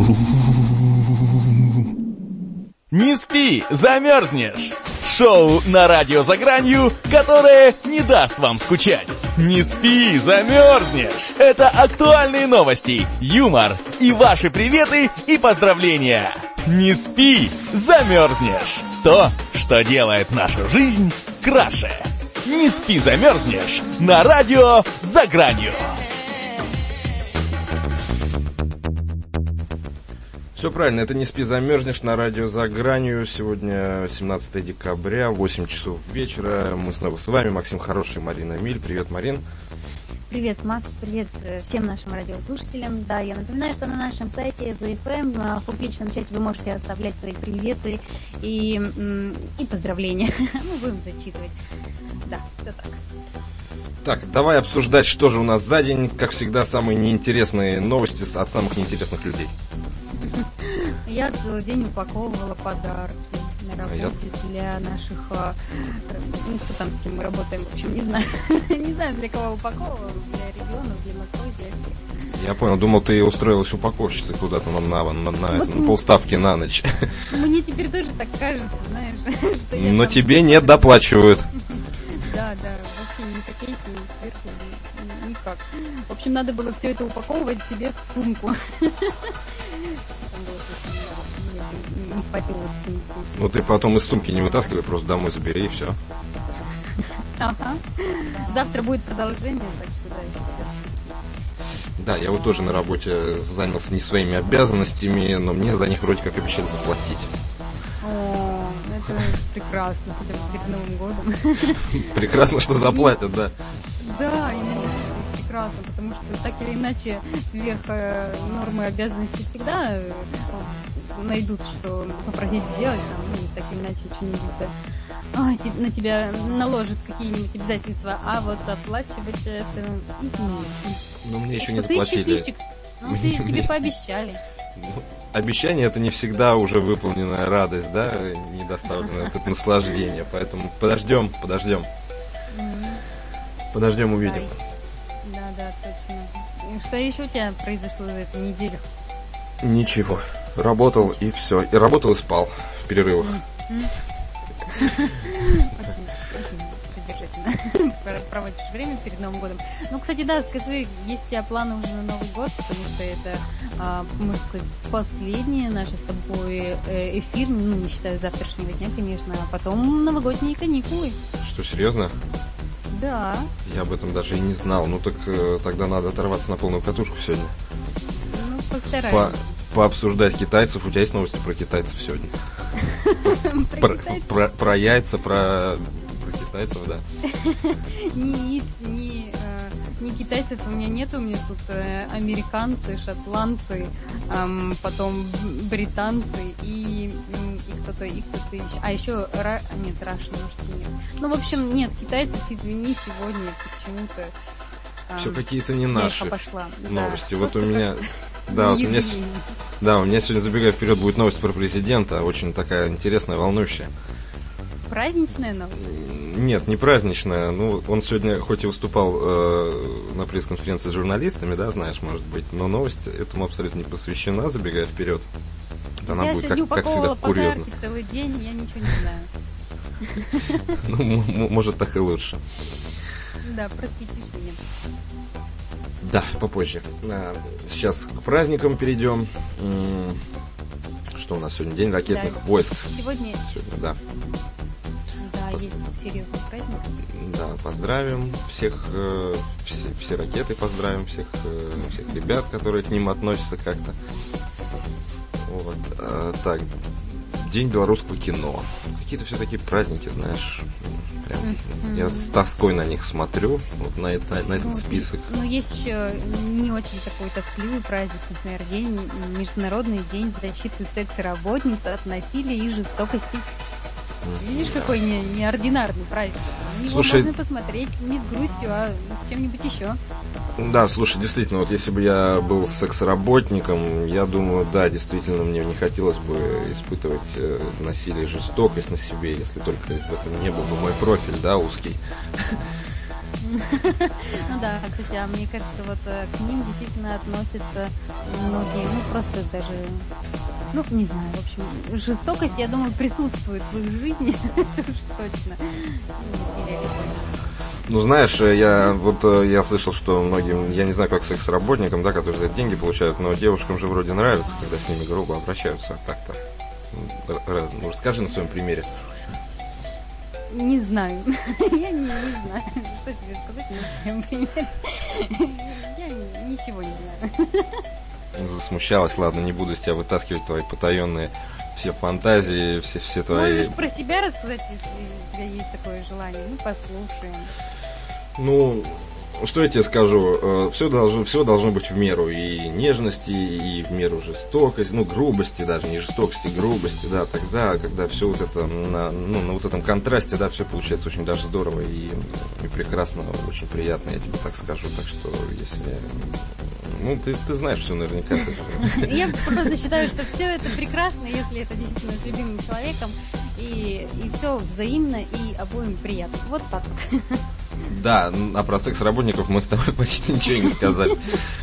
Не спи, замерзнешь! Шоу на радио «За гранью», которое не даст вам скучать. Не спи, замерзнешь! Это актуальные новости, юмор и ваши приветы и поздравления. Не спи, замерзнешь! То, что делает нашу жизнь краше. Не спи, замерзнешь! На радио «За гранью». Все правильно, это «Не спи, замерзнешь» на радио «За гранью». Сегодня 17 декабря, 8 часов вечера. Мы снова с вами, Максим Хороший, Марина Миль. Привет, Марин. Привет, Макс, привет всем нашим радиослушателям. Да, я напоминаю, что на нашем сайте ZFM в публичном чате вы можете оставлять свои приветы и поздравления. Мы будем зачитывать. Да, все так. Так, давай обсуждать, что же у нас за день. Как всегда, самые неинтересные новости от самых неинтересных людей. Я целый день упаковывала подарки на работе для наших, ну, кто там, с кем мы работаем, в общем, не знаю. Не знаю, для кого упаковывала, для регионов, для Москвы, для всех. Я понял, думал, ты устроилась упаковщицей куда-то на полставки на ночь. Мне теперь тоже так кажется, знаешь. Но тебе не доплачивают. Да, вообще ни копейки, ни сверху, никак. В общем, надо было все это упаковывать себе в сумку. Не хватило сумки. Ну ты потом из сумки не вытаскивай, просто домой забери и все. Ага. Завтра будет продолжение, так что да, еще все. Да, я вот тоже на работе занялся не своими обязанностями, но мне за них вроде как обещали заплатить. О, это прекрасно, хотя бы перед Новым годом. Прекрасно, что заплатят, да. Да, именно прекрасно, потому что так или иначе сверх нормы обязанностей всегда найдут, что попросить сделать, ну, так или иначе что-нибудь на тебя наложат какие-нибудь обязательства, а вот оплачивать это нет. Ну, мне еще не заплатили. Ну, тебе пообещали. Обещание — это не всегда уже выполненная радость, да, не доставленное это наслаждение, поэтому подождем. Подождем, увидим. Да, точно. Что еще у тебя произошло за эту неделю? Ничего. Работал и все. И работал и спал в перерывах. Очень проводишь время перед Новым годом. Ну, кстати, да, скажи, есть у тебя планы уже на Новый год, потому что это, можно сказать, последний наш с тобой эфир, ну, не считая завтрашнего дня, конечно, а потом новогодние каникулы. Что, серьезно? Да. Я об этом даже и не знал. Ну, так тогда надо оторваться на полную катушку сегодня. Ну, постараемся. Пообсуждать китайцев. У тебя есть новости про китайцев сегодня? Про яйца, про китайцев, да. Ни китайцев у меня нет, у меня тут американцы, шотландцы, потом британцы и кто-то еще. А еще нет, Russian, может, нет. Ну, в общем, нет, китайцев, извини, сегодня почему-то. Все какие-то не наши новости. Да. Вот у меня... Да, у меня сегодня, забегая вперед, будет новость про президента, очень такая интересная, волнующая. Праздничная новость? Нет, не праздничная. Ну, он сегодня хоть и выступал на пресс-конференции с журналистами, да, знаешь, может быть, но новость этому абсолютно не посвящена, забегая вперед. Она я будет, сегодня как всегда, курьезна. Целый день, я ничего не знаю. Ну, может, так и лучше. Да, просветишь меня. Да, попозже. Сейчас к праздникам перейдем. Что у нас сегодня? День ракетных войск. Сегодня, да. Да, есть серьезный праздник. Да, поздравим всех, все ракеты поздравим, всех ребят, которые к ним относятся как-то. Вот. Так, День белорусского кино. Какие-то все такие праздники, знаешь, прям. Я с тоской на них смотрю, вот на этот список. Ну, есть еще не очень такой тоскливый праздник, например, день, Международный день защиты секс-работниц от насилия и жестокости. Видишь, какой неординарный праздник. Его можно посмотреть не с грустью, а с чем-нибудь еще. Да, слушай, действительно, вот если бы я был секс-работником, я думаю, да, действительно, мне не хотелось бы испытывать насилие и жестокость на себе, если только в этом не был бы мой профиль, да, узкий. Ну да, кстати, а мне кажется, вот к ним действительно относятся многие, ну просто даже, ну не знаю, в общем, жестокость, я думаю, присутствует в их жизни, уж точно. Ну, знаешь, я слышал, что многим, я не знаю, как секс-работникам, да, которые за это деньги получают, но девушкам же вроде нравится, когда с ними грубо обращаются. Так-то. Ну, расскажи на своем примере. Не знаю. Я не знаю, что тебе сказать на своем примере. Я ничего не знаю. Засмущалась, ладно, не буду из тебя вытаскивать твои потаенные все фантазии, все твои... Можешь про себя рассказать, если у тебя есть такое желание? Мы послушаем. Ну, что я тебе скажу? Все должно быть в меру и нежности, и в меру жестокости, ну, грубости даже, не жестокости, грубости, да, тогда, когда все вот это, на вот этом контрасте, да, все получается очень даже здорово и прекрасно, очень приятно, я тебе так скажу, так что, если... Ну, ты знаешь все наверняка. Я просто считаю, что все это прекрасно, если это действительно с любимым человеком, и все взаимно, и обоим приятно. Вот так вот. Да, а про секс-работников мы с тобой почти ничего не сказали.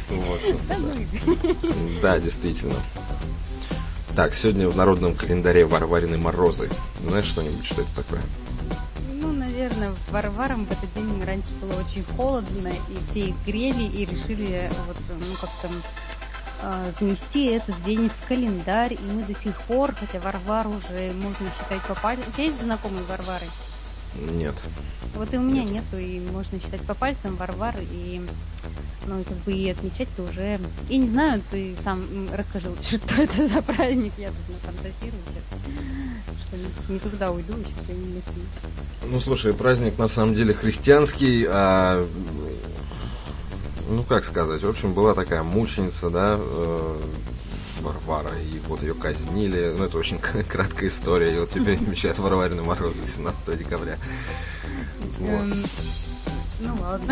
Да, действительно. Так, сегодня в народном календаре Варварины морозы. Знаешь что-нибудь, что это такое? Ну, наверное, Варварам в этот день раньше было очень холодно, и все их грели, и решили вот, ну, как-то внести этот день в календарь, и мы до сих пор, хотя Варвар уже можно считать по пальцам. У тебя есть знакомые Варвары? Нет. Вот и у меня нету, и можно считать по пальцам Варвар, и, ну, и как бы и отмечать-то уже... Я не знаю, ты сам расскажи, что это за праздник, я тут нафантазирую сейчас, что не туда уйду, сейчас я не мыслю. Ну, слушай, праздник на самом деле христианский, ну, как сказать, в общем, была такая мученица, да, Варвара, и вот ее казнили. Ну, это очень краткая история, и вот теперь отмечают Варварины морозы 17 декабря. Вот. Ну, ладно.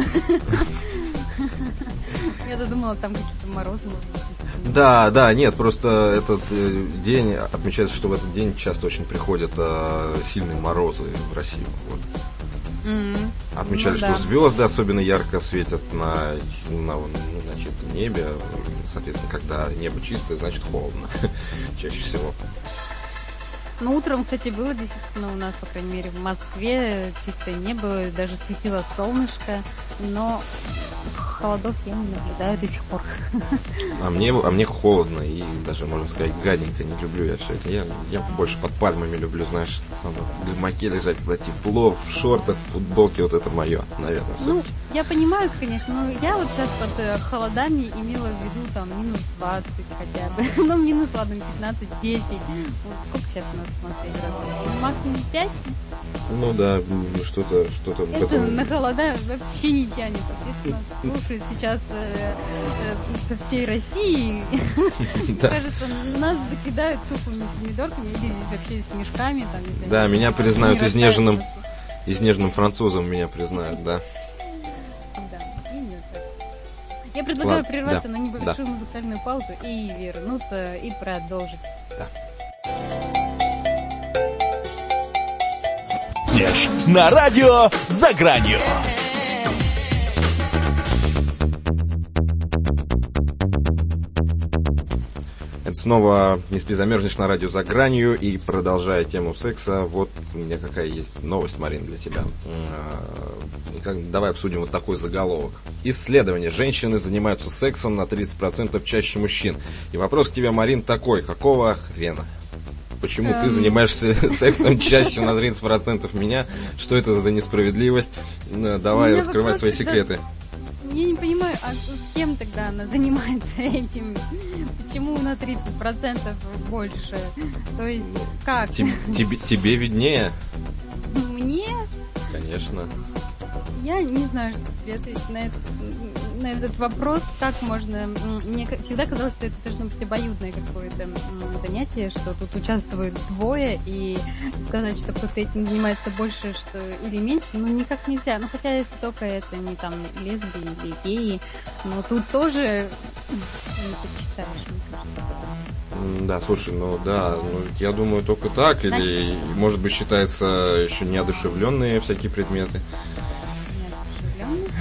Я думала, там какие-то морозы. Да, нет, просто этот день, отмечается, что в этот день часто очень приходят сильные морозы в Россию, вот. Отмечали, что звезды особенно ярко светят на чистом небе. Соответственно, когда небо чистое, значит холодно. Чаще всего. Ну, утром, кстати, было действительно у нас, по крайней мере, в Москве чистое небо, даже светило солнышко, но холодов я не наблюдаю до сих пор. А мне холодно и даже, можно сказать, гаденько. Не люблю я все это. Я больше под пальмами люблю, знаешь, в гамаке лежать, когда тепло, в шортах, в футболке. Вот это мое, наверное, все-таки. Ну, я понимаю, конечно, но я вот сейчас под холодами имела в виду там минус 20 хотя бы. Ну, минус, ладно, 15-10. Вот сколько сейчас у нас в Москве градусов? Максимум 5? Ну да, что-то в это этом... на холода вообще не тянет. Соответственно, слушают сейчас со всей России. Кажется, нас закидают тухлыми помидорками или вообще снежками. Да, меня признают изнеженным французом, меня признают, да. Да, именно так. Я предлагаю прерваться на небольшую музыкальную паузу и вернуться, и продолжить. Да. На радио «За гранью». Это снова «Не спи, замерзнешь» на радио «За гранью». И продолжая тему секса, вот у меня какая есть новость, Марин, для тебя. Давай обсудим вот такой заголовок. Исследование. Женщины занимаются сексом на 30% чаще мужчин. И вопрос к тебе, Марин, такой. Какого хрена? Почему ты занимаешься сексом чаще на 30% меня? Что это за несправедливость? Давай раскрывай свои секреты. Я не понимаю, а с кем тогда она занимается этим? Почему на 30% больше? То есть, как? Тебе виднее? Мне? Конечно. Я не знаю, что ответить на этот вопрос. Как можно... Мне всегда казалось, что это должно быть обоюдное какое-то занятие, что тут участвуют двое, и сказать, что кто-то этим занимается больше что или меньше, ну, никак нельзя. Ну, хотя, если только это не там лесбии или геи, но тут тоже не почитаешь, мне кажется. Да, слушай, я думаю, только так, или, может быть, считается еще неодушевленные всякие предметы. Неодушевленные?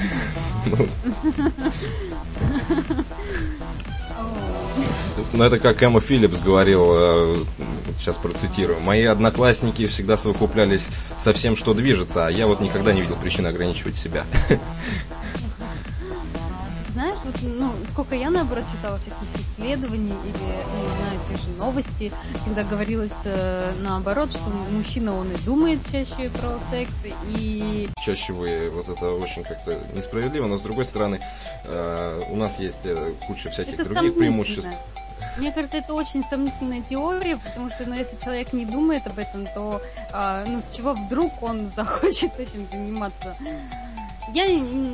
Ну, это как Эмма Филлипс говорил, сейчас процитирую: «Мои одноклассники всегда совокуплялись со всем, что движется, а я вот никогда не видел причины ограничивать себя». Знаешь, вот, сколько я, наоборот, читала всяких исследований или, не знаю, те же новости, всегда говорилось наоборот, что мужчина, он и думает чаще про секс, и... Чаще вы, вот это очень как-то несправедливо, но с другой стороны, у нас есть куча всяких это других преимуществ. Мне кажется, это очень сомнительная теория, потому что, если человек не думает об этом, то, с чего вдруг он захочет этим заниматься? Я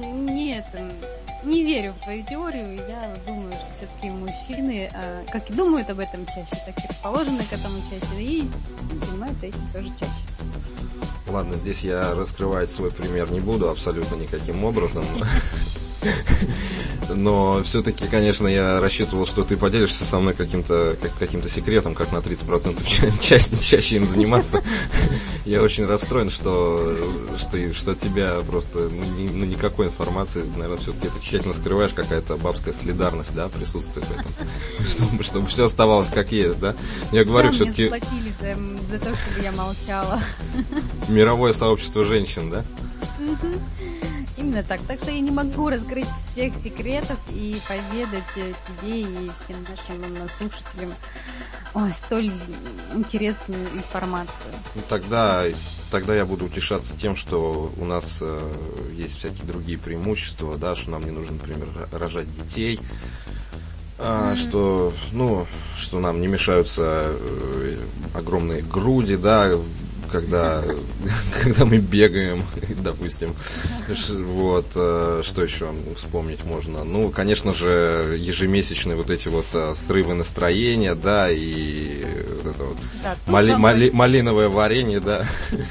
не верю в твою теорию, я думаю, что все-таки мужчины, как и думают об этом чаще, так и расположены к этому чаще, и занимаются этим тоже чаще. Ладно, здесь я раскрывать свой пример не буду абсолютно никаким образом. Но все-таки, конечно, я рассчитывал, что ты поделишься со мной каким-то секретом, как на 30% чаще им заниматься. Я очень расстроен, что тебя просто никакой информации, наверное, все-таки ты тщательно скрываешь, какая-то бабская солидарность, да, присутствует в этом. Чтобы все оставалось как есть, да. Я говорю, да, все-таки... Мне сплотили за то, чтобы я молчала. Мировое сообщество женщин, да? Именно так. Так что я не могу раскрыть всех секретов и поведать тебе и всем нашим слушателям столь интересную информацию. Ну, тогда я буду утешаться тем, что у нас есть всякие другие преимущества, да, что нам не нужно, например, рожать детей, что нам не мешаются огромные груди, да, когда мы бегаем, допустим. Вот, что еще вспомнить можно? Ну, конечно же, ежемесячные вот эти вот срывы настроения, да, и вот это вот да, малиновое варенье, да.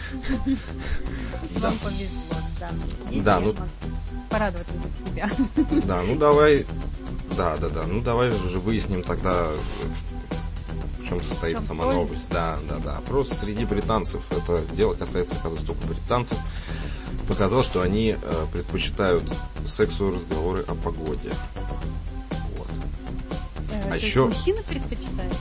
Вам повезло, да. Да, ну... Порадоваться за тебя. Да, ну давай... Да. Ну давай же выясним тогда... В чем состоит сама новость. Да. Просто среди британцев, это дело касается, оказывается, только британцев, показал, что они предпочитают сексу разговоры о погоде. Вот. А еще... Мужчины предпочитают?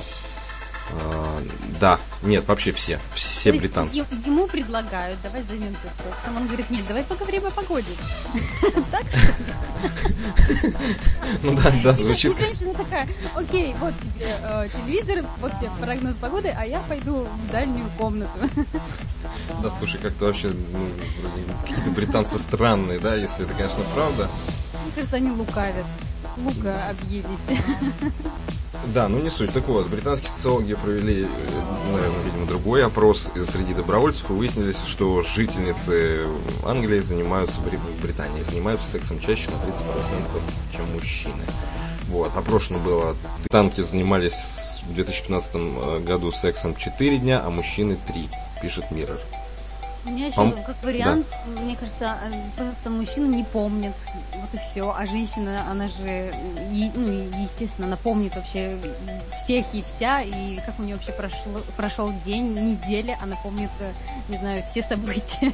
Да, нет, вообще все британцы. Ему предлагают, давай займемся сексом. Он говорит, нет, давай поговорим о погоде. Так что? Ну да, звучит. И женщина такая, окей, вот тебе телевизор, вот тебе прогноз погоды, а я пойду в дальнюю комнату. Да, слушай, как-то вообще, какие-то британцы странные, да, если это, конечно, правда. Мне кажется, они лукавят. Лука объелись. Да, ну не суть. Так вот, британские социологи провели, наверное, видимо, другой опрос среди добровольцев и выяснилось, что жительницы Англии в Британии занимаются сексом чаще на 30%, чем мужчины. Вот, опрошено было, британки занимались в 2015 году сексом 4 дня, а мужчины 3, пишет Mirror. У меня еще как вариант, да. Мне кажется, просто мужчина не помнит, вот и все, а женщина, она же, естественно, она помнит вообще всех и вся, и как у нее вообще прошел день, неделя, она помнит, не знаю, все события.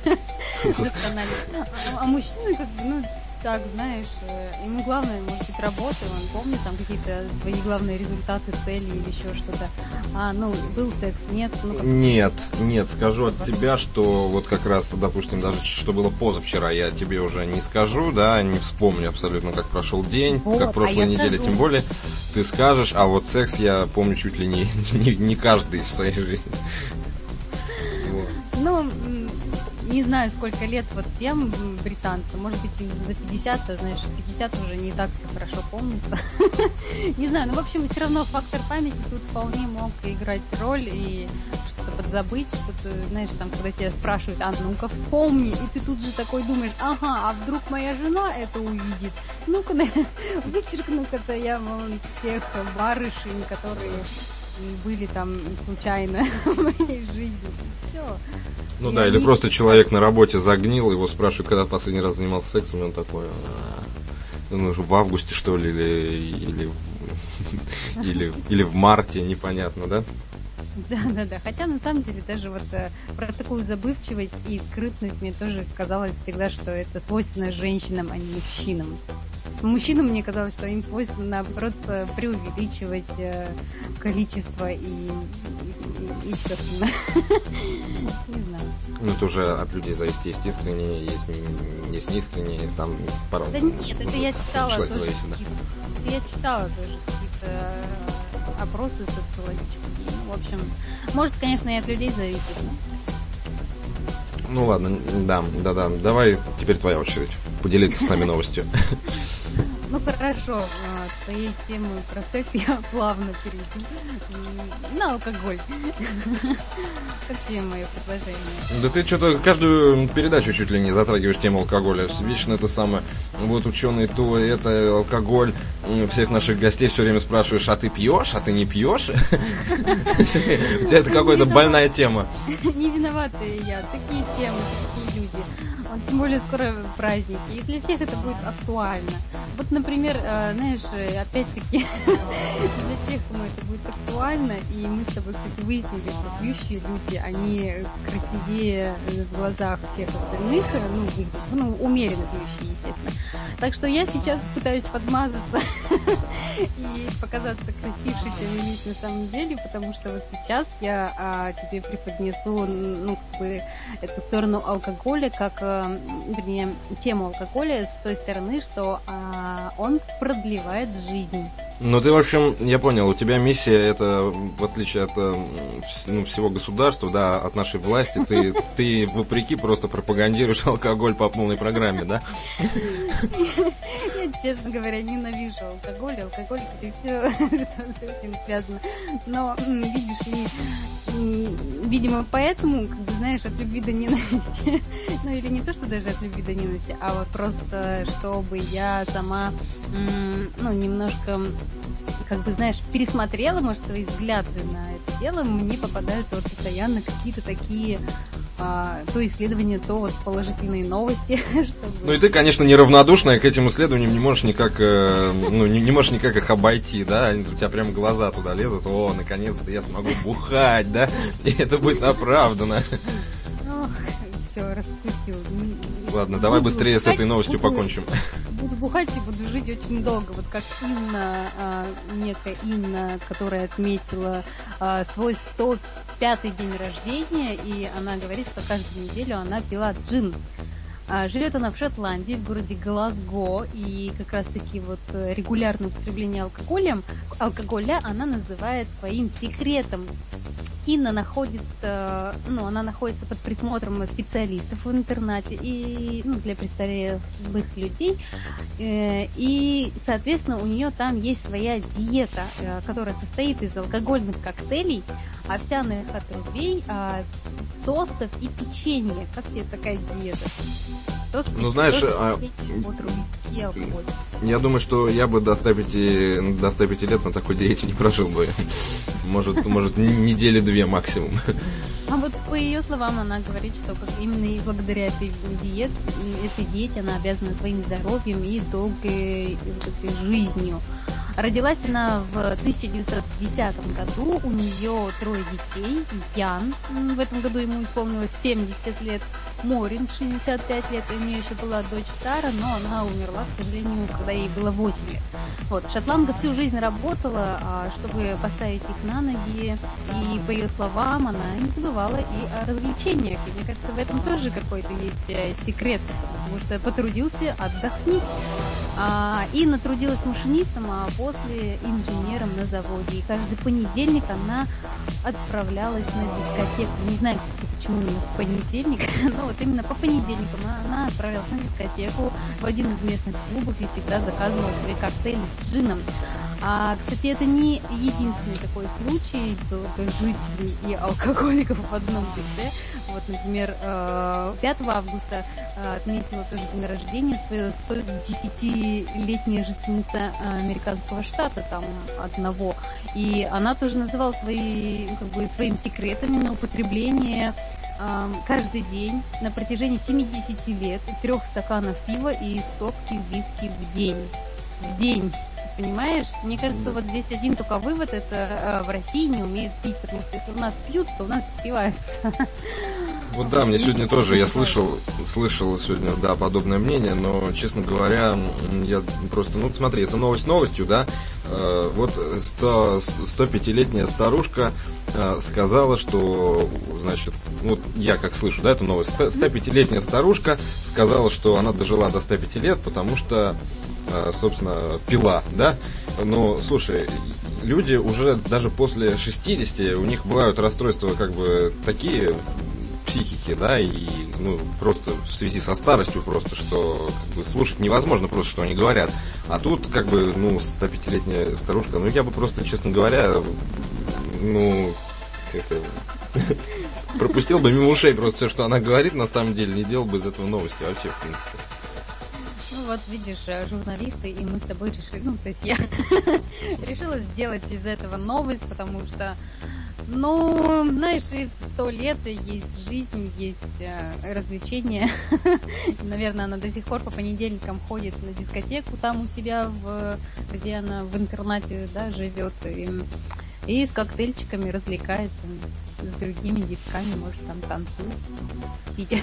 А мужчина, так, знаешь, ему главное, может быть, работа, он помнит там какие-то свои главные результаты, цели или еще что-то. Был секс, нет? Нет, скажу от себя, что вот как раз, допустим, даже что было позавчера, я тебе уже не скажу, да, не вспомню абсолютно, как прошел день, вот, как прошлая неделя, тем более ты скажешь, а вот секс я помню чуть ли не каждый из своей жизни. Вот. Не знаю, сколько лет вот тем британцам, может быть, за 50, знаешь, 50 уже не так все хорошо помнится. Не знаю, в общем, все равно фактор памяти тут вполне мог играть роль, и что-то подзабыть, что-то, знаешь, там, когда тебя спрашивают, ну-ка вспомни, и ты тут же такой думаешь, а вдруг моя жена это увидит? Ну-ка, вычеркну-ка-то я всех барышень, которые были там случайно в моей жизни. Все. Ну да, или просто человек на работе загнил, его спрашивают, когда последний раз занимался сексом, и он такой, в августе, что ли, или в марте, непонятно, да? Да. Хотя, на самом деле, даже вот про такую забывчивость и скрытность мне тоже казалось всегда, что это свойственно женщинам, а не мужчинам. Мужчинам мне казалось, что им свойственно, наоборот, преувеличивать количество и все остальное. Не знаю. Ну, это уже от людей зависит. Есть искренние, есть неискренние, там по-разному. Да нет, это я читала тоже. Я читала тоже какие-то опросы социологические. Ну, в общем, может, конечно, и от людей зависит. Ну ладно, да. Давай, теперь твоя очередь поделиться с нами новостью. Ну хорошо, твоей темы про секс я плавно перейду на алкоголь. Какие мои предложения? Да ты что-то каждую передачу чуть ли не затрагиваешь тему алкоголя. Вечно это самое, вот ученые то, это алкоголь. Всех наших гостей все время спрашиваешь, а ты пьешь, а ты не пьешь? У тебя это какая-то больная тема. Не виноватая я, такие темы, такие люди. Тем более скоро праздники, и для всех это будет актуально. Вот, например, знаешь, опять-таки, для тех, кому это будет актуально, и мы с тобой, кстати, выяснили, что пьющие люди, они красивее в глазах всех остальных, умеренно пьющие, естественно. Так что я сейчас пытаюсь подмазаться и показаться красивше, чем есть на самом деле, потому что вот сейчас я тебе преподнесу, эту сторону алкоголя, вернее, тему алкоголя с той стороны, что он продлевает жизнь. Ну, ты, в общем, я понял, у тебя миссия, это, в отличие от всего государства, да, от нашей власти, ты вопреки просто пропагандируешь алкоголь по полной программе, да? Я, честно говоря, ненавижу алкоголь, и все с этим связано. Но, видишь ли, видимо, поэтому, знаешь, от любви до ненависти, ну, или не то, что даже от любви до ненависти, а вот просто, чтобы я сама, немножко, знаешь, пересмотрела, может, свои взгляды на это дело, мне попадаются вот постоянно какие-то такие то исследования, то вот положительные новости. Ну и ты, конечно, неравнодушная к этим исследованиям, не можешь никак их обойти, да? У тебя прям глаза туда лезут, наконец-то я смогу бухать, да? И это будет оправдано. Ох, все, распустил. Ладно, давай быстрее с этой новостью покончим. Буду бухать и буду жить очень долго. Вот как Инна, некая Инна, которая отметила свой 105-й день рождения, и она говорит, что каждую неделю она пила джин. Живет она в Шотландии, в городе Глазго, и как раз-таки вот регулярное употребление алкоголя она называет своим секретом. Инна находится под присмотром специалистов в интернате и для престарелых людей, и, соответственно, у нее там есть своя диета, которая состоит из алкогольных коктейлей, овсяных отрубей, тостов и печенья. Как тебе такая диета? Знаешь, я думаю, что я бы до 105 лет на такой диете не прожил бы. Может, недели 2 максимум. А вот по ее словам она говорит, что именно благодаря этой диете она обязана своим здоровьем и долгой жизнью. Родилась она в 1910 году, у нее 3 детей. Ян, в этом году ему исполнилось 70 лет, Морин, 65 лет, и у нее еще была дочь Сара, но она умерла, к сожалению, когда ей было 8 лет. Вот, шотландка всю жизнь работала, чтобы поставить их на ноги, и по ее словам, она не забывала и о развлечениях. И мне кажется, в этом тоже какой-то есть секрет, потому что потрудился, отдохни. Инна трудилась машинистом, а после инженером на заводе. И каждый понедельник она отправлялась на дискотеку. Не знаю, почему именно в понедельник, но вот именно по понедельникам она отправилась на дискотеку в один из местных клубов и всегда заказывала свои коктейли с джином. Кстати, это не единственный такой случай долгожителей и алкоголиков в одном лице. Вот, например, 5 августа отметила тоже день рождения свою 110-летняя жительница американского штата, там одного. И она тоже называла своим секретом на употребление каждый день на протяжении 70 лет 3 стаканов пива и стопки виски в день. в день. Понимаешь? Мне кажется, вот здесь один только вывод, это в России не умеют пить, потому что если у нас пьют, то у нас спиваются. Вот да, мне сегодня тоже, я слышал сегодня, да, подобное мнение, но, честно говоря, я просто, ну, смотри, это новость новостью, да, вот 105-летняя старушка сказала, что, значит, вот я как слышу, да, эту новость, 105-летняя старушка сказала, что она дожила до 105 лет, потому что, собственно, пила, да, но, слушай, люди уже даже после 60, у них бывают расстройства как бы такие психики, да, и, ну, просто в связи со старостью просто, что как бы, слушать невозможно просто, что они говорят. А тут, как бы, ну, 105-летняя старушка, ну, я бы просто, честно говоря, ну, как-то пропустил бы мимо ушей просто все, что она говорит, на самом деле, не делал бы из этого новости вообще, в принципе. Ну вот видишь, журналисты, и мы с тобой решили, ну, то есть я решила сделать из этого новость, потому что, ну, знаешь, и 100 лет есть жизнь, есть развлечения. Наверное, она до сих пор по понедельникам ходит на дискотеку там у себя, где она в интернате, да, живет, и с коктейльчиками развлекается, с другими девками, может, там танцует, сидя.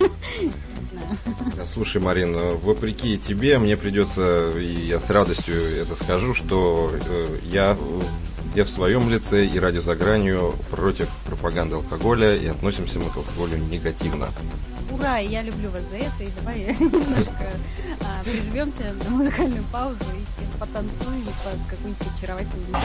Слушай, Марин, вопреки тебе, мне придется, и я с радостью это скажу, что я в своем лице и радио за гранью против пропаганды алкоголя, и относимся мы к алкоголю негативно. Ура, я люблю вас за это, и давай немножко прервемся на музыкальную паузу и потанцуем под какую-нибудь очаровательную.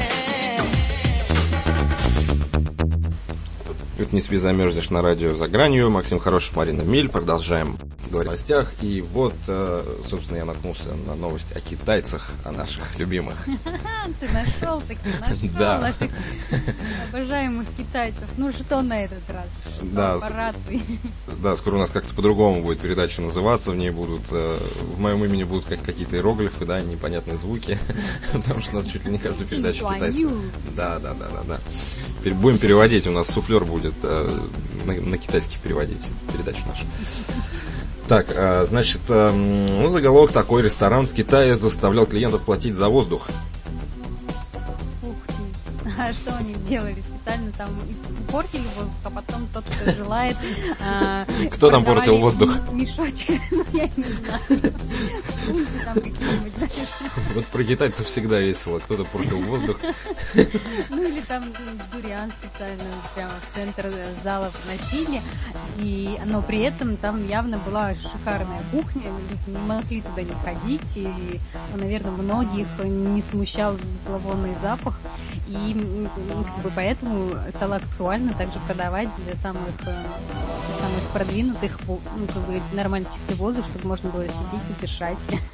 Тут не спи, замерзнешь на радио за гранью. Максим Хороший, Марина Миль. Продолжаем говорить о новостях. И вот, собственно, я наткнулся на новость о китайцах, о наших любимых. Ты нашел наших обожаемых китайцев. Ну что на этот раз? Да, да, скоро у нас как-то по-другому будет передача называться. В ней будут, в моем имени будут какие-то иероглифы, да, непонятные звуки. Потому что у нас чуть ли не каждую передачу китайцев. Да. Будем переводить, у нас суфлер будет на китайский переводить передачу нашу. Так, значит, ну, заголовок такой: ресторан в Китае заставлял клиентов платить за воздух. Ух ты. А что они делали? Специально там портили воздух, а потом тот, кто желает... Кто там портил воздух? Мешочек, ну я не знаю. Там какие-нибудь, знаешь. Вот про китайцев всегда весело, кто-то портил воздух. Ну или там дуриан специально прямо в центр зала вносили, но при этом там явно была шикарная кухня, не могли туда не ходить, и, наверное, многих не смущал зловонный запах, и как бы поэтому стало актуально также продавать для самых продвинутых, ну, как бы нормальный чистый воздух, чтобы можно было сидеть и дышать.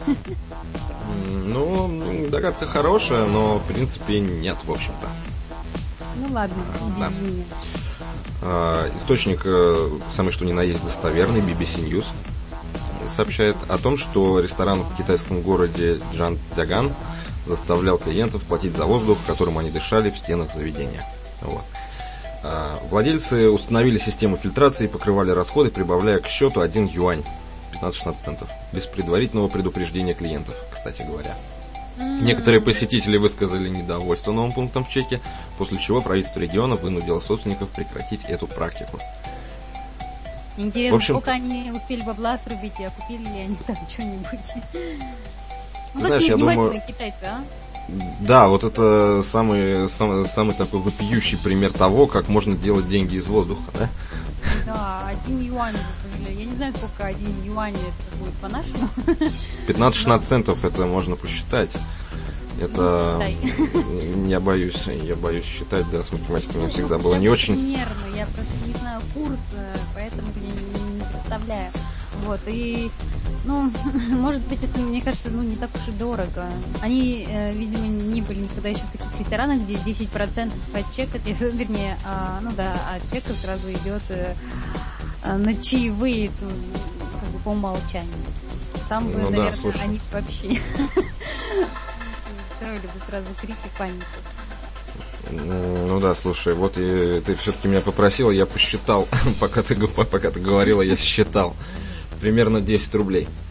Ну, догадка хорошая, но в принципе нет, в общем-то. Ну ладно, удиви меня. Источник, самый что ни на есть достоверный, BBC News, сообщает о том, что ресторан в китайском городе Чжанцзяган заставлял клиентов платить за воздух, которым они дышали в стенах заведения. Вот. Владельцы установили систему фильтрации и покрывали расходы, прибавляя к счету 1 юань, 15-16 центов, без предварительного предупреждения клиентов, кстати говоря. Некоторые посетители высказали недовольство новым пунктом в чеке, после чего правительство региона вынудило собственников прекратить эту практику. Интересно, сколько они успели бабла срубить, и окупили ли они там что-нибудь? Знаешь, я думаю... китайцы, а? Да, вот это самый такой вопиющий пример того, как можно делать деньги из воздуха, да? Да, 1 юань, я не знаю, сколько 1 юань это будет по-нашему. 15-16 центов это можно посчитать. Это... Я боюсь считать, да, с математикой мне всегда было не очень... Примерно, я просто не знаю курс, поэтому я не представляю. Вот, и, ну, может быть, это, мне кажется, ну, не так уж и дорого. Они, видимо, не были никогда еще в таких ресторанах, где 10% от чека, вернее, от чека сразу идет на чаевые, как бы по умолчанию. Там бы, наверное, да, они вообще строили бы сразу крики, панику. Ну да, слушай, вот и ты все-таки меня попросила, я посчитал, пока ты говорила, я считал. Примерно 10 рублей.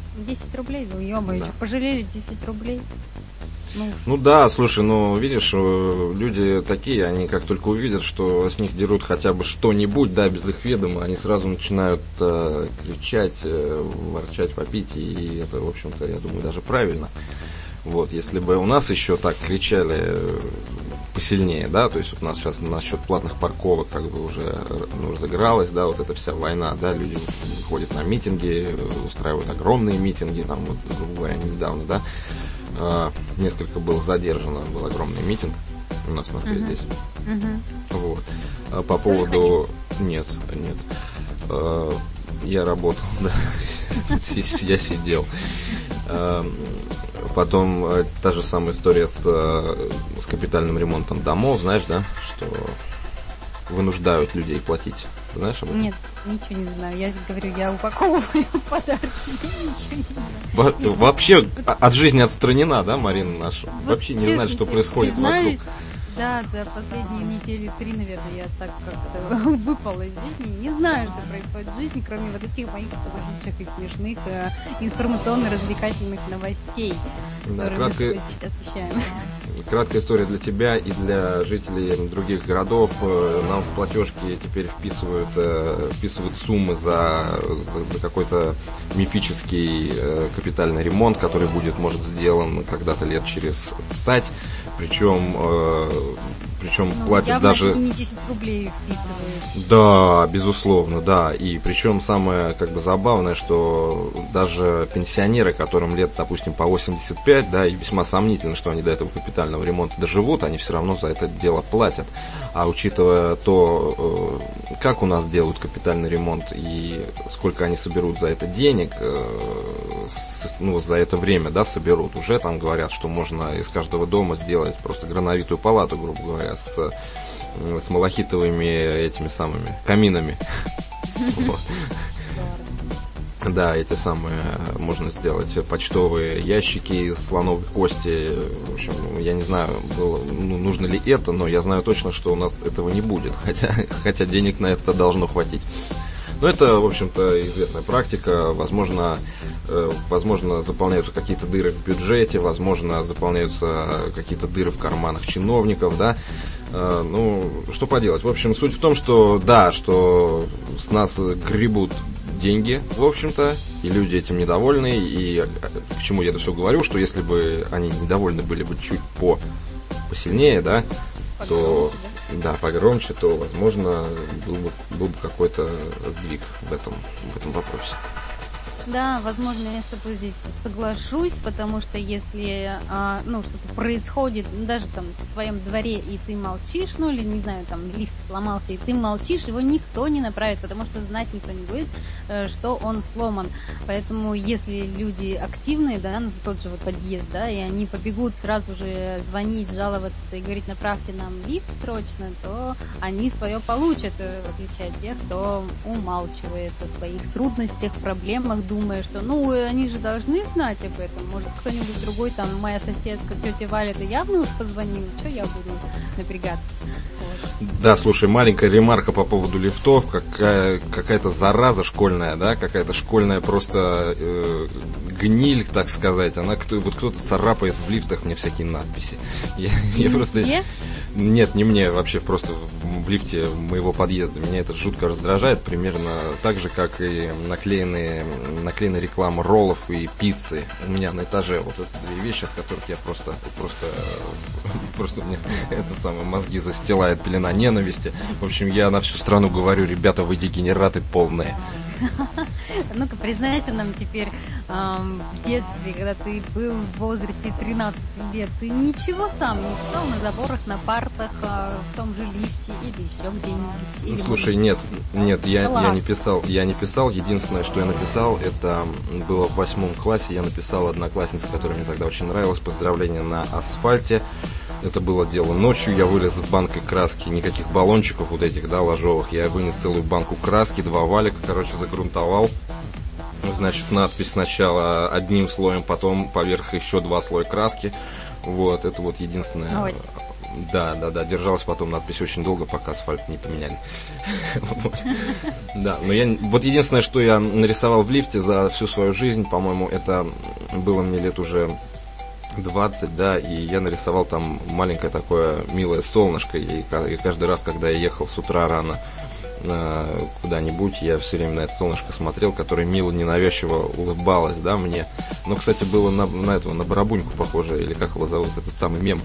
10 рублей? Ну, ё-моё, что, пожалели 10 рублей? Ну да, слушай, видишь, люди такие, они как только увидят, что с них дерут хотя бы что-нибудь, да, без их ведома, они сразу начинают кричать, ворчать, вопить, и это, в общем-то, я думаю, даже правильно. Вот, если бы у нас еще так кричали посильнее, да, то есть вот у нас сейчас насчет платных парковок как бы уже разыгралась, да, вот эта вся война, да, люди выходят на митинги, устраивают огромные митинги, там, вот, грубо говоря, недавно, да, несколько было задержано, был огромный митинг у нас в Москве здесь. Вот. По поводу... Нет. Я работал, да. Я сидел. Потом та же самая история с капитальным ремонтом домов, знаешь, да, что вынуждают людей платить. Знаешь об этом? Нет, ничего не знаю. Я говорю, я упаковываю подарки, я ничего не знаю. Вообще от жизни отстранена, да, Марина наша? Вообще не знает, что происходит вокруг. Да, за последние недели 3, наверное, я так как-то выпала из жизни. Не знаю, что происходит в жизни, кроме вот этих моих лучших и смешных информационно-развлекательных новостей, которые мы здесь освещаем. Краткая история для тебя и для жителей других городов. Нам в платежки теперь вписывают суммы за какой-то мифический капитальный ремонт, который будет, может, сделан когда-то лет через сать. Причем платят даже... не 10 рублей вписывают. Да, безусловно, да. И причем самое как бы забавное, что даже пенсионеры, которым лет, допустим, по 85, да, и весьма сомнительно, что они до этого капитального ремонта доживут, они все равно за это дело платят. А учитывая то, как у нас делают капитальный ремонт и сколько они соберут за это денег, за это время, да, соберут, уже там говорят, что можно из каждого дома сделать просто грановитую палату, грубо говоря, с малахитовыми этими самыми каминами. Да, эти самые можно сделать почтовые ящики из слоновой кости. В общем, я не знаю, нужно ли это, но я знаю точно, что у нас этого не будет, хотя денег на это должно хватить. Но это, в общем-то, известная практика. Возможно, заполняются какие-то дыры в бюджете, возможно, заполняются какие-то дыры в карманах чиновников, да. Что поделать. В общем, суть в том, что, да, что с нас гребут деньги, в общем-то, и люди этим недовольны. И к чему я это все говорю, что если бы они недовольны были бы чуть посильнее, да, то... Да, погромче, то, возможно, был бы какой-то сдвиг в этом вопросе. Да, возможно, я с тобой здесь соглашусь, потому что если что-то происходит, даже там в твоем дворе, и ты молчишь, или, не знаю, там лифт сломался, и ты молчишь, его никто не направит, потому что знать никто не будет, что он сломан. Поэтому если люди активные, да, на тот же вот подъезд, да, и они побегут сразу же звонить, жаловаться и говорить, направьте нам лифт срочно, то они свое получат, в отличие от тех, кто умалчивает о своих трудностях, проблемах, думая, что, они же должны знать об этом. Может, кто-нибудь другой, там, моя соседка, тетя Валя-то явно уж позвонила, что я буду напрягаться? Вот. Да, слушай, маленькая ремарка по поводу лифтов, какая-то зараза школьная, да, какая-то школьная просто гниль, так сказать. Кто-то царапает в лифтах мне всякие надписи. Я просто... Нет, не мне, вообще просто в лифте моего подъезда. Меня это жутко раздражает, примерно так же, как и наклеенная реклама роллов и пиццы. У меня на этаже вот это две вещи, от которых я просто мне это самое мозги застилает пелена ненависти. В общем, я на всю страну говорю, ребята, вы дегенераты полные. Ну-ка, признайся нам теперь, в детстве, когда ты был в возрасте 13 лет, ты ничего сам не писал на заборах, на партах, в том же лифте или еще где-нибудь? Слушай, нет, я не писал. Единственное, что я написал, это было в 8 классе, я написал однокласснице, которая мне тогда очень нравилась, поздравления на асфальте. Это было дело ночью, я вылез с банкой краски, никаких баллончиков вот этих, да, ложовых. Я вынес целую банку краски, 2 валика, загрунтовал. Значит, надпись сначала одним слоем, потом поверх еще 2 слоя краски. Вот, это вот единственное. Да, держалась потом надпись очень долго, пока асфальт не поменяли. Да, но вот единственное, что я нарисовал в лифте за всю свою жизнь, по-моему, это было мне лет уже 20, да, и я нарисовал там маленькое такое милое солнышко, и каждый раз, когда я ехал с утра рано куда-нибудь, я все время на это солнышко смотрел, которое мило, ненавязчиво улыбалось, да, мне. Но, кстати, было на Барабуньку похоже, или как его зовут, этот самый мем.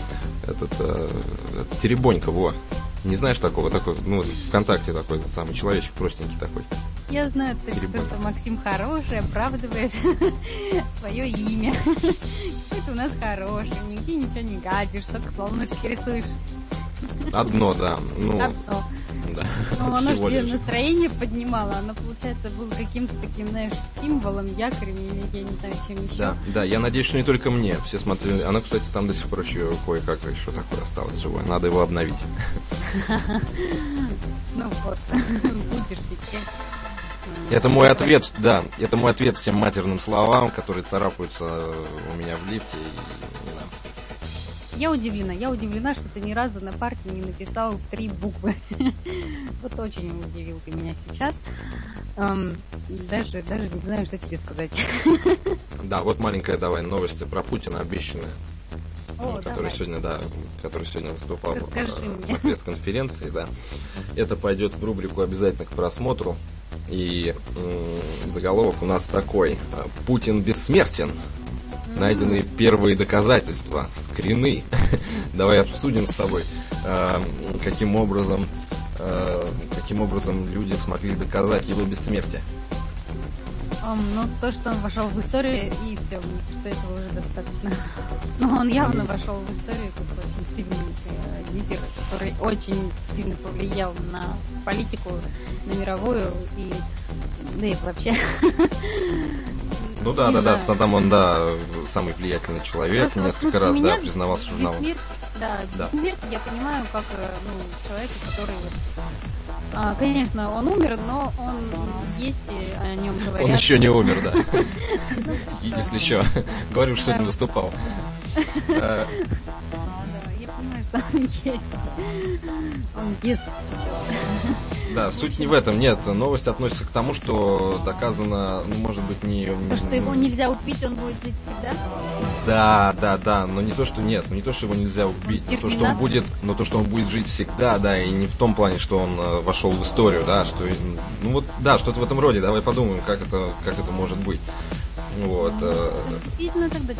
Теребонька, во. Не знаешь такого? Такой, ну, ВКонтакте такой самый человечек простенький такой. Я знаю только то, что Максим хороший, оправдывает свое имя. Это у нас хороший, нигде ничего не гадишь, только солнышки рисуешь. Одно, да. Одно. Да. Ну, оно же тебе настроение поднимало, оно, получается, было каким-то таким, знаешь, символом, якорем, или я не знаю, чем еще. Да, я надеюсь, что не только мне. Все смотрели. Оно, кстати, там до сих пор еще кое-как еще такое осталось живое. Надо его обновить. Ну вот, будешь теперь. Это мой ответ, да. Это мой ответ всем матерным словам, которые царапаются у меня в лифте. Я удивлена, что ты ни разу на парте не написал 3 буквы. Вот очень удивил ты меня сейчас. Даже не знаю, что тебе сказать. Да, вот маленькая давай новость про Путина обещанная. Который сегодня выступал на пресс-конференции, да. Это пойдет в рубрику обязательно к просмотру. И заголовок у нас такой: Путин бессмертен. Найдены первые доказательства, скрины. Давай обсудим с тобой, каким образом люди смогли доказать его бессмертие. Ну, то, что он вошел в историю, и все, что этого уже достаточно. Но он явно вошел в историю как очень сильный лидер, который очень сильно повлиял на политику, на мировую, и да и вообще. Ну да, там он, самый влиятельный человек, просто несколько раз, признавался журналом. Бессмертие я понимаю, как человека, который... конечно, он умер, но он есть, и о нем говорят. Он еще не умер, да. Если что, говорю, что не выступал. Я понимаю, что он есть. Он есть сейчас. Да, суть не в этом, нет. Новость относится к тому, что доказано, может быть, не... Что его нельзя убить, он будет жить всегда? Да, но не то, что нет, не то, что его нельзя убить, но то, что он будет жить всегда, да, и не в том плане, что он вошел в историю, да, что, что-то в этом роде, давай подумаем, как это может быть. Вот. Действительно тогда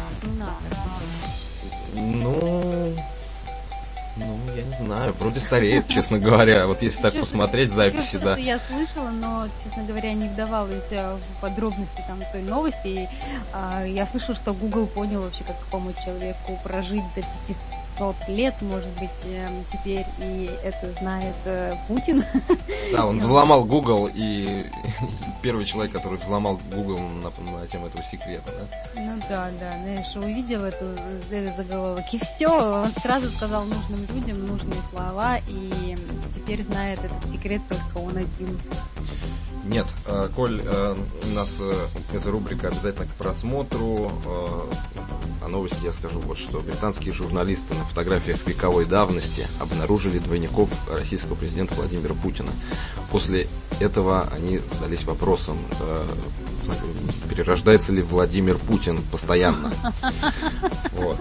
терминатор. Я не знаю, вроде стареет, честно говоря. Вот если так посмотреть записи, да. Я слышала, но, честно говоря, не вдавалась в подробности той новости. Я слышала, что Google понял вообще, как помочь человеку прожить до 500 лет, может быть, теперь, и это знает Путин. Да, он взломал Google, и первый человек, который взломал Google на тему этого секрета, да? Ну да, знаешь, увидел этот заголовок, и все, он сразу сказал нужным людям нужные слова, и теперь знает этот секрет только он один. Нет, коль у нас эта рубрика обязательно к просмотру, о новости я скажу вот что. Британские журналисты на фотографиях вековой давности обнаружили двойников российского президента Владимира Путина. После этого они задались вопросом, перерождается ли Владимир Путин постоянно. Вот.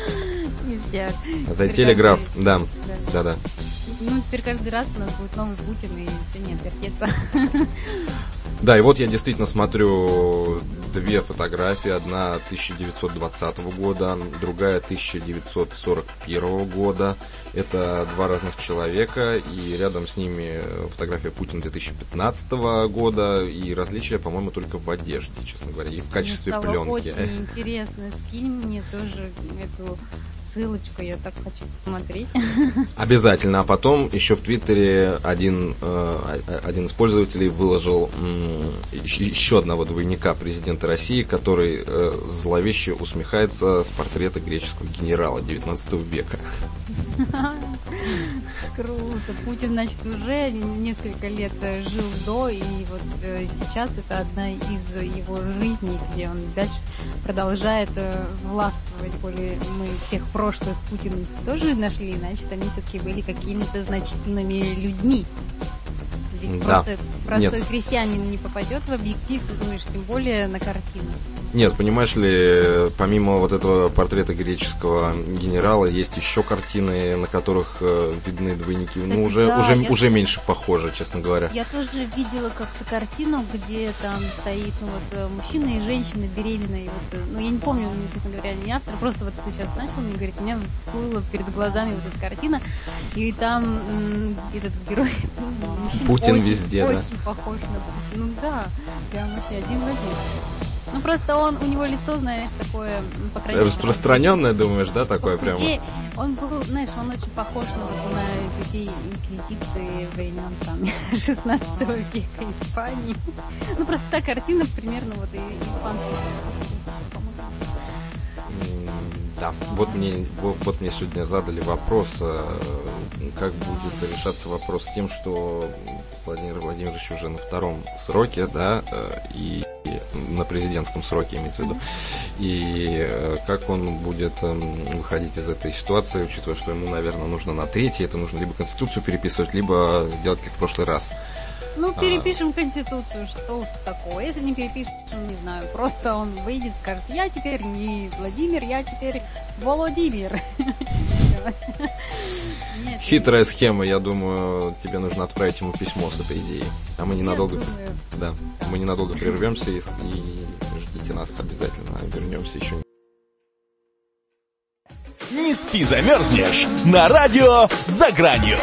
Это Телеграф, да. Ну, теперь каждый раз у нас будет новый Путин, и все не отвертеться. Да, и вот я действительно смотрю 2 фотографии. Одна 1920 года, другая 1941 года. Это 2 разных человека, и рядом с ними фотография Путина 2015 года. И различия, по-моему, только в одежде, честно говоря, и в качестве пленки. Очень интересно. Скинь мне тоже эту ссылочку, я так хочу посмотреть. Обязательно. А потом еще в Твиттере один из пользователей выложил еще одного двойника президента России, который зловеще усмехается с портрета греческого генерала 19 века. Круто. Путин, значит, уже несколько лет жил до, и вот сейчас это одна из его жизней, где он дальше продолжает властвовать вроде бы мы всех прошлых Путиных тоже нашли, значит, они все-таки были какими-то значительными людьми. Ведь просто простой крестьянин не попадет в объектив, ты думаешь, тем более на картину. Нет, понимаешь ли, помимо вот этого портрета греческого генерала, есть еще картины, на которых видны двойники. Кстати, уже меньше похоже, честно говоря. Я тоже видела как-то картину, где там стоит мужчина и женщина беременные. Я не помню, честно говоря, не автор, просто ты сейчас начал мне говорить, у меня всплыла перед глазами эта картина, и там этот герой Путин очень, везде, очень похож на Путина. Да, прям вообще один в один. Просто у него лицо, знаешь, такое, по крайней мере... Распространенное, думаешь, да, такое прямо? Он был, знаешь, он очень похож на людей инквизиции времен, там, 16 века Испании. Просто та картина примерно и испанская. Да, вот мне сегодня задали вопрос, как будет решаться вопрос с тем, что Владимир Владимирович уже на втором сроке, да, и на президентском сроке, имеется в виду, и как он будет выходить из этой ситуации, учитывая, что ему, наверное, нужно на третий, это нужно либо Конституцию переписывать, либо сделать как в прошлый раз. Перепишем Конституцию, что уж такое. Если не перепишем, не знаю, просто он выйдет, скажет, я теперь не Владимир, я теперь Володимир. Хитрая схема, я думаю, тебе нужно отправить ему письмо с этой идеей. А мы ненадолго прервемся и ждите нас обязательно, вернемся еще. Не спи, замерзнешь на радио «За гранью».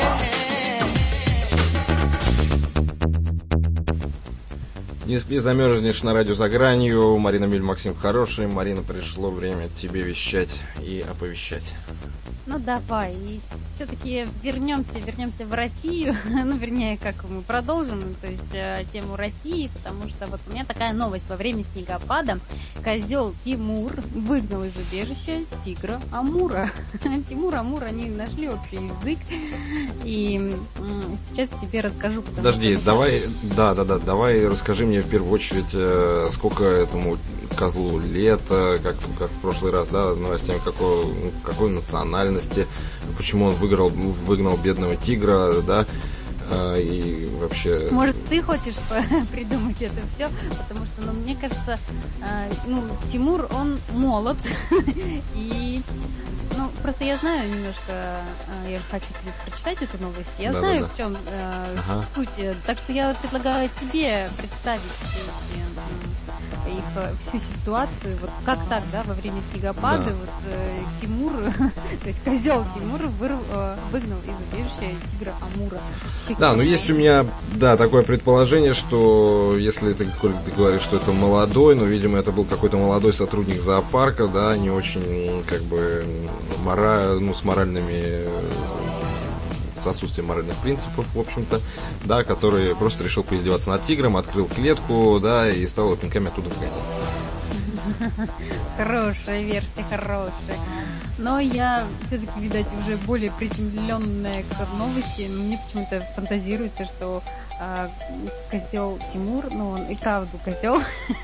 Не спи, замерзнешь на радио «За гранью». Марина Миль, Максим Хороший. Марина, пришло время тебе вещать и оповещать. Давай, и все-таки вернемся в Россию, вернее, как мы продолжим, то есть тему России, потому что у меня такая новость: во время снегопада козел Тимур выгнал из убежища тигра Амура. Тимур, Амур, они нашли общий язык, и сейчас тебе расскажу. Подожди, давай расскажи мне в первую очередь, сколько этому козлу лет, как в прошлый раз, да, новостям, какой национальности, почему он выгнал бедного тигра, да, и вообще... Может, ты хочешь придумать это все, потому что, мне кажется, Тимур, он молод, и... просто я знаю немножко, я хочу тебе прочитать эту новость, я знаю, в чем суть, так что я предлагаю тебе представить всю ситуацию, как так, да, во время снегопада, Тимур, то есть козел Тимур выгнал из убежища тигра Амура. Да, есть у меня, такое предположение, что если ты говоришь, что это молодой, видимо, это был какой-то молодой сотрудник зоопарка, да, не очень, с моральными... с отсутствием моральных принципов, в общем-то, да, который просто решил поиздеваться над тигром, открыл клетку, да, и стал его пинками оттуда выгонять. Хорошая версия, хорошая. Но я все-таки, видать, уже более приземленная к новости. Мне почему-то фантазируется, что козел Тимур, он и правду козел,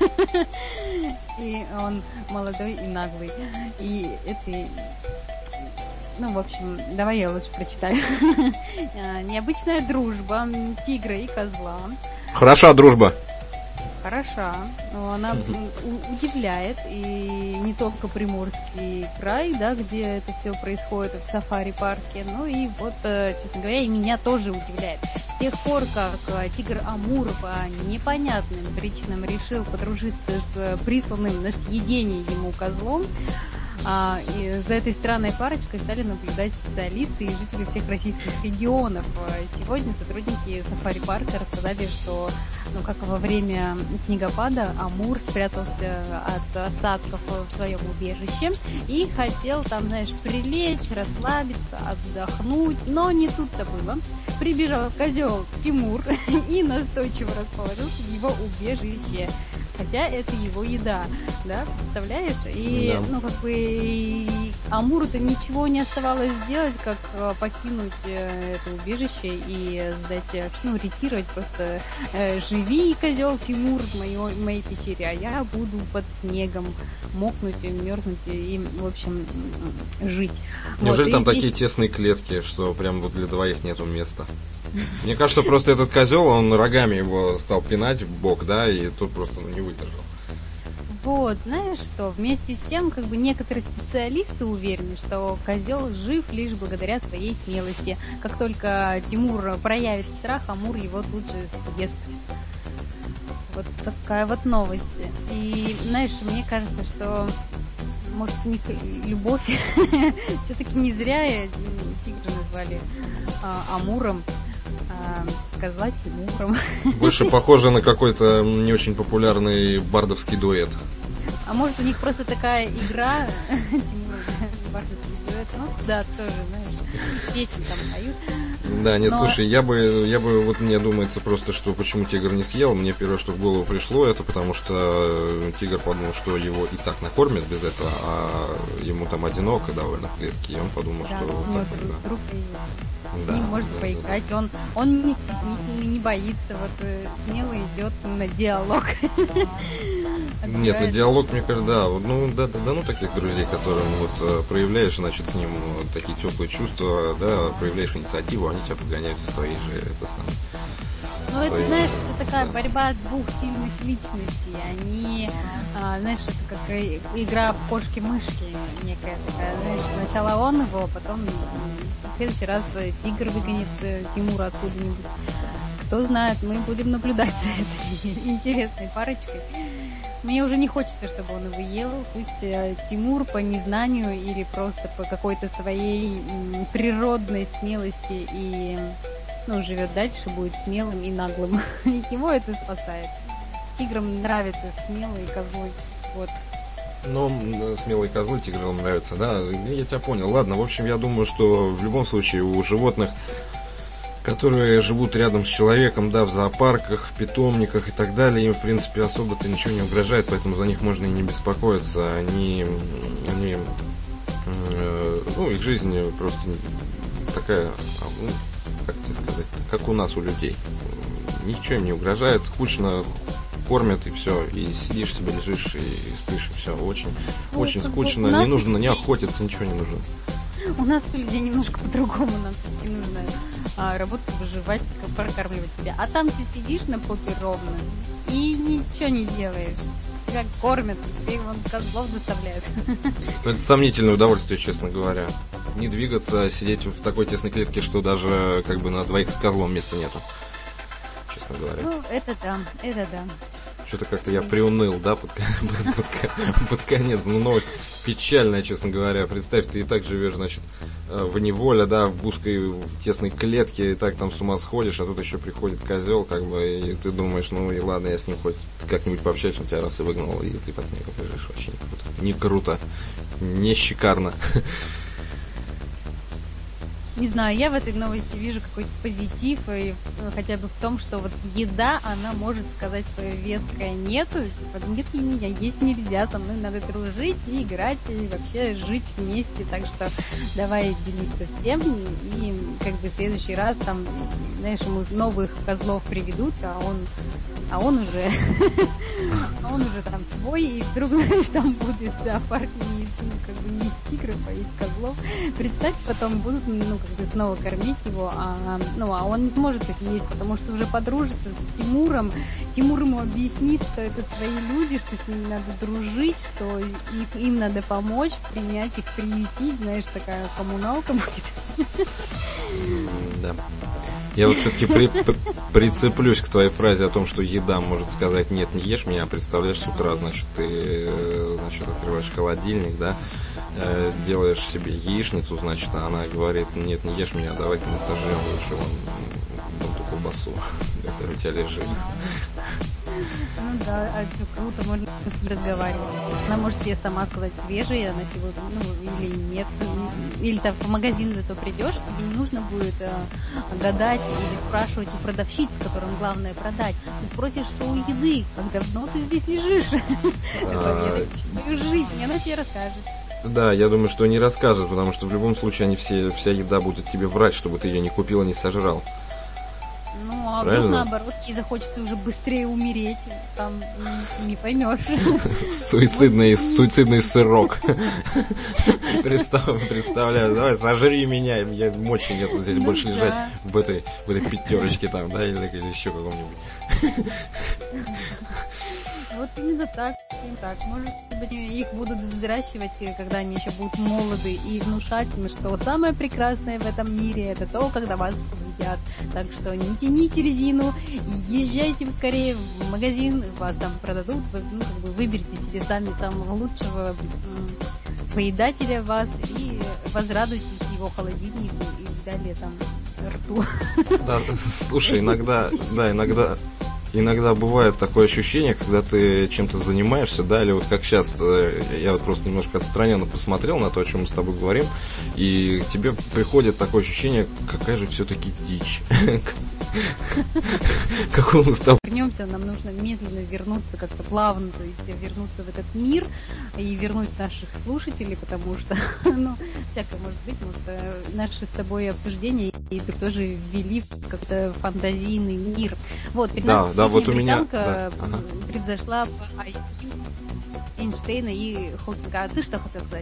и он молодой и наглый. И это... в общем, давай я лучше прочитаю. Необычная дружба тигра и козла. Хороша дружба. Хороша. Но она удивляет. И не только Приморский край, да, где это все происходит в сафари-парке, и честно говоря, и меня тоже удивляет. С тех пор, как тигр Амур по непонятным причинам решил подружиться с присланным на съедение ему козлом, и за этой странной парочкой стали наблюдать специалисты и жители всех российских регионов. Сегодня сотрудники сафари-парка рассказали, что как во время снегопада Амур спрятался от осадков в своем убежище и хотел там, прилечь, расслабиться, отдохнуть, но не тут-то было. Прибежал козел Тимур и настойчиво расположился в его убежище. хотя это его еда, да, представляешь? И, Да. ну, как бы, и Амуру-то ничего не оставалось сделать, как покинуть это убежище и сдать, ну, ретировать просто. Живи, козел Тимур, в моей пещере, а я буду под снегом мокнуть, мерзнуть и, в общем, жить. Неужели Вот, там и такие здесь- тесные клетки, что прям вот для двоих нету места? Мне кажется, просто этот козел, он рогами его стал пинать в бок, да, и тут просто не выдержал. Вот, знаешь что, вместе с тем, как бы некоторые специалисты уверены, что козел жив лишь благодаря своей смелости. Как только Тимур проявит страх, Амур его тут же съест. Вот такая вот новость. И, знаешь, мне кажется, что, может, у них любовь все-таки не зря тигра назвали Амуром, козла Тимуром. Больше похоже на какой-то не очень популярный бардовский дуэт. А может, у них просто такая игра, Тимур, бардовский дуэт, ну да, тоже, знаешь, песни там поют. Да, нет, Но- слушай, я бы, вот мне думается просто, что почему тигр не съел, мне первое, что в голову пришло, это потому что тигр подумал, что его и так накормят без этого, а ему там одиноко довольно в клетке, и он подумал, Да, что у вот него так вот, да. друг есть. С Да, ним можно да, поиграть. Он не стеснительный, не боится, вот смело идет на диалог. Нет, на Отбирает. диалог, мне кажется, да, вот, ну, да, ну, таких друзей, которым вот проявляешь, значит, к ним такие теплые чувства, да, проявляешь инициативу, они тебя погоняют из твоей же, это самое. Ну, это, свои- знаешь, это такая да. борьба двух сильных личностей. Они, знаешь, это как игра в кошки-мышки некая такая. Знаешь, сначала он его, потом в следующий раз тигр выгонит Тимура откуда-нибудь. Кто знает, мы будем наблюдать за этой интересной парочкой. Мне уже не хочется, чтобы он его ел. Пусть Тимур по незнанию или просто по какой-то своей природной смелости и живет дальше, будет смелым и наглым. Его это спасает. Тиграм нравятся смелые козлы. Вот. Ну, смелые козлы тиграм нравятся, да, я тебя понял. Ладно, в общем, я думаю, что в любом случае у животных, которые живут рядом с человеком, да, в зоопарках, в питомниках и так далее, им, в принципе, особо-то ничего не угрожает, поэтому за них можно и не беспокоиться. Они их жизнь просто такая, ну, как тебе сказать, как у нас, у людей. Ничего им не угрожает, скучно кормят и все, и сидишь себе, лежишь и спишь, и все. Очень, Ну, очень как бы скучно, у нас не нужно, не людей- охотиться, ничего не нужно. У нас у людей немножко по-другому. Нам все-таки нужно работать, выживать, прокармливать себя. А там ты сидишь на попе ровно и ничего не делаешь. Тебя кормят, тебе вон козлов заставляют. Но это сомнительное удовольствие, честно говоря. Не двигаться, сидеть в такой тесной клетке, что даже как бы на двоих с козлом места нету. Честно говоря. Ну, это да, это да. Что-то как-то я приуныл, да, под конец. Ну, новость печальная, честно говоря. Представь, ты и так живешь, значит, в неволе, да, в узкой тесной клетке, и так там с ума сходишь, а тут еще приходит козел, как бы, и ты думаешь, ну и ладно, я с ним хоть как-нибудь пообщаюсь, он тебя раз и выгнал, и ты под снегом лежишь. Вообще не круто. Не круто. Не шикарно. Не знаю, я в этой новости вижу какой-то позитив, и хотя бы в том, что вот еда, она может сказать свое веское нет, типа, нет, меня есть нельзя, со мной надо дружить и играть, и вообще жить вместе, так что давай делиться всем, и как бы в следующий раз там, знаешь, ему новых козлов приведут, а он уже там свой, и вдруг, знаешь, там будет зоопарк не из тигров, а из козлов. Представь, потом будут, как бы снова кормить его, а он не сможет их есть, потому что уже подружится с Тимуром. Тимур ему объяснит, что это свои люди, что с ними надо дружить, что им надо помочь, принять их, приютить, знаешь, такая коммуналка будет. Да. Я вот все-таки прицеплюсь к твоей фразе о том, что еда может сказать «нет, не ешь меня», представляешь, с утра, значит, ты открываешь холодильник, да, делаешь себе яичницу, значит, а она говорит «нет, не ешь меня, давай-ка мы сожрем лучше вон ту колбасу, которая у тебя лежит». Ну да, а все круто, можно с ней разговаривать. Она может тебе сама сказать, свежая она сегодня, ну, или нет. Или там в магазин зато придешь, тебе не нужно будет гадать или спрашивать у продавщиц, которым главное продать. Ты спросишь, что у еды, как давно ты здесь лежишь. Поведай свою жизнь, и она тебе расскажет. Да, я думаю, что не расскажет, потому что в любом случае вся еда будет тебе врать, чтобы ты ее не купил и не сожрал. Ну, а вдруг наоборот, ей захочется уже быстрее умереть, там не поймешь. Суицидный сырок. Представляю, давай, сожри меня, мне мочи нету здесь больше лежать в этой пятерочке там, да, или еще каком-нибудь. Вот именно так. Может быть, их будут взращивать, когда они еще будут молоды, и внушать им, что самое прекрасное в этом мире — это то, когда вас едят. Так что не тяните резину, езжайте скорее в магазин, вас там продадут, вы выберите себе сами самого лучшего поедателя вас и возрадуйтесь его холодильнику и далее там рту. Да, слушай, иногда бывает такое ощущение, когда ты чем-то занимаешься, да, или вот как сейчас, я вот просто немножко отстраненно посмотрел на то, о чем мы с тобой говорим, и к тебе приходит такое ощущение, какая же все-таки дичь. Какой мы с тобой... Вернемся, нам нужно медленно вернуться, как-то плавно, то есть вернуться в этот мир и вернуть наших слушателей, потому что, ну, всякое может быть, потому что наши с тобой обсуждения и ты тоже ввели в как-то фантазийный мир. Вот, 15-летняя вот у меня превзошла в IQ Эйнштейна и Хокинга. А ты что хотел сказать?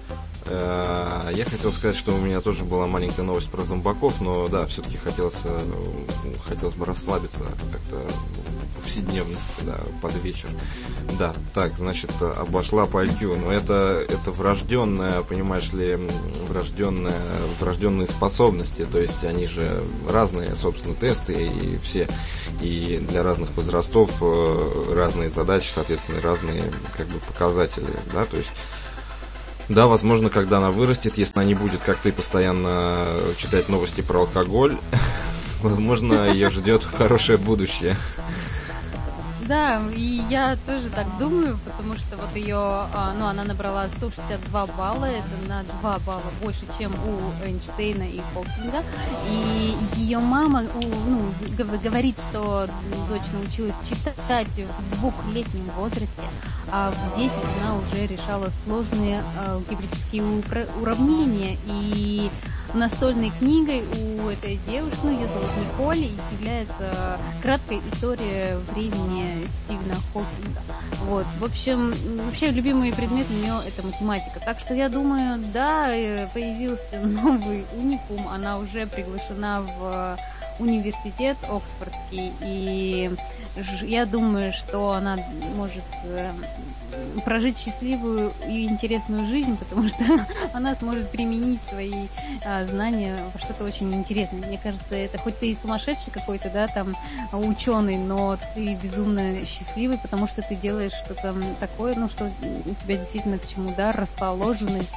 Я хотел сказать, что у меня тоже была маленькая новость про зомбаков, но да, все-таки хотелось бы расслабиться как-то в повседневности, да, под вечер. Да, так, значит, обошла по IQ, но это врожденная, понимаешь ли, врожденные способности, то есть они же разные, собственно, тесты и все, и для разных возрастов разные задачи, соответственно, разные как бы показатели, да, то есть да, возможно, когда она вырастет, если она не будет, как ты, постоянно читать новости про алкоголь, возможно, ее ждет хорошее будущее. Да, и я тоже так думаю, потому что вот ее, она набрала 162 балла, это на 2 балла больше, чем у Эйнштейна и Хокинга, и ее мама, говорит, что дочь научилась читать в 2-летнем возрасте, а в 10 она уже решала сложные алгебрические уравнения, и настольной книгой у этой девушки, ее зовут Николь, и является краткая история времени Стивена Хокинга. Вот, в общем, вообще любимый предмет у нее это математика. Так что я думаю, да, появился новый уникум, она уже приглашена в университет Оксфордский, и я думаю, что она может прожить счастливую и интересную жизнь, потому что она сможет применить свои знания во что-то очень интересное. Мне кажется, это хоть ты и сумасшедший какой-то, да, там, ученый, но ты безумно счастливый, потому что ты делаешь что-то такое, что у тебя действительно к чему, да, расположенность.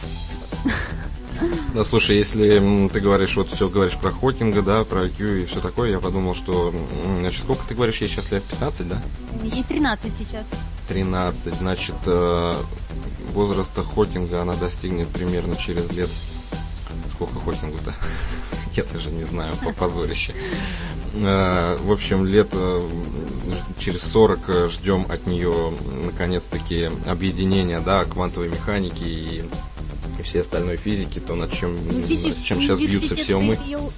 Да, слушай, если ты говоришь, вот все говоришь про Хокинга, да, про IQ и все такое, я подумал, что, значит, сколько ты говоришь, ей сейчас лет, 15, да? Ей 13 сейчас. 13, значит, возраста Хокинга она достигнет примерно через лет... Сколько Хокингу-то? Я даже не знаю, по позорище. В общем, лет через 40 ждем от нее, наконец-таки, объединения, да, квантовой механики и всей остальной физики, то над чем сейчас бьются все умы.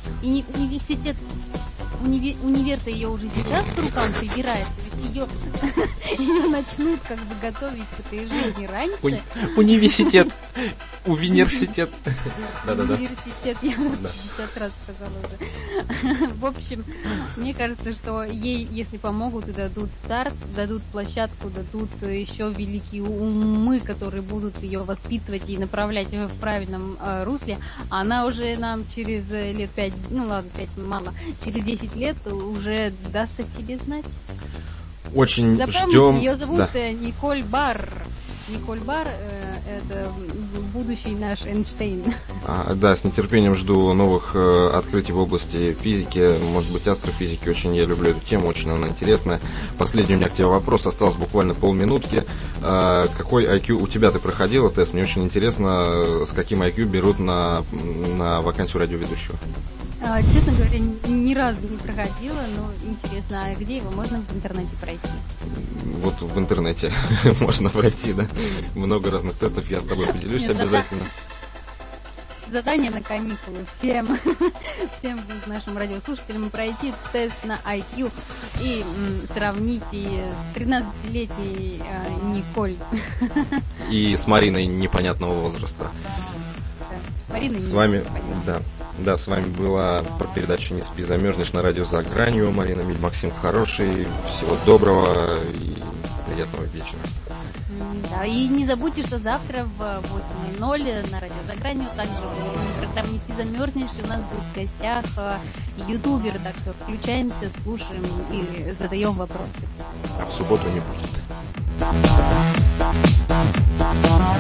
Универ-то ее уже сейчас к рукам прибирает, ее начнут как бы готовить к этой жизни раньше. Университет. Университет. Да-да-да. Университет, я 50 раз сказала уже. В общем, мне кажется, что ей, если помогут и дадут старт, дадут площадку, дадут еще великие умы, которые будут ее воспитывать и направлять в правильном русле, она уже нам через лет 5, 5 мало, через 10 лет уже даст о себе знать. Очень ждем. Ее зовут Николь Бар. Николь Бар, это будущий наш Эйнштейн. Да, с нетерпением жду новых открытий в области физики, может быть, астрофизики. Очень я люблю эту тему, очень она интересная. Последний у меня к тебе вопрос, осталось буквально полминутки. Какой IQ у тебя, ты проходила тест? Мне очень интересно, с каким IQ берут на вакансию радиоведущего. Честно говоря, ни разу не проходила, но интересно, а где его можно в интернете пройти? Вот в интернете можно пройти, да. Много разных тестов, я с тобой поделюсь обязательно. Задание на каникулы всем нашим радиослушателям пройти тест на IQ и сравнить и с 13-летней Николь. И с Мариной непонятного возраста. Марина с вами, да, с вами была передача «Не спи, замерзнешь» на радио «За гранью». Марина Миль, Максим Хороший. Всего доброго и приятного вечера. Да, и не забудьте, что завтра в 8:00 на радио «За гранью» также в программе «Не спи, замерзнешь» у нас будет в гостях ютубер, так что включаемся, слушаем и задаем вопросы. А в субботу не будет.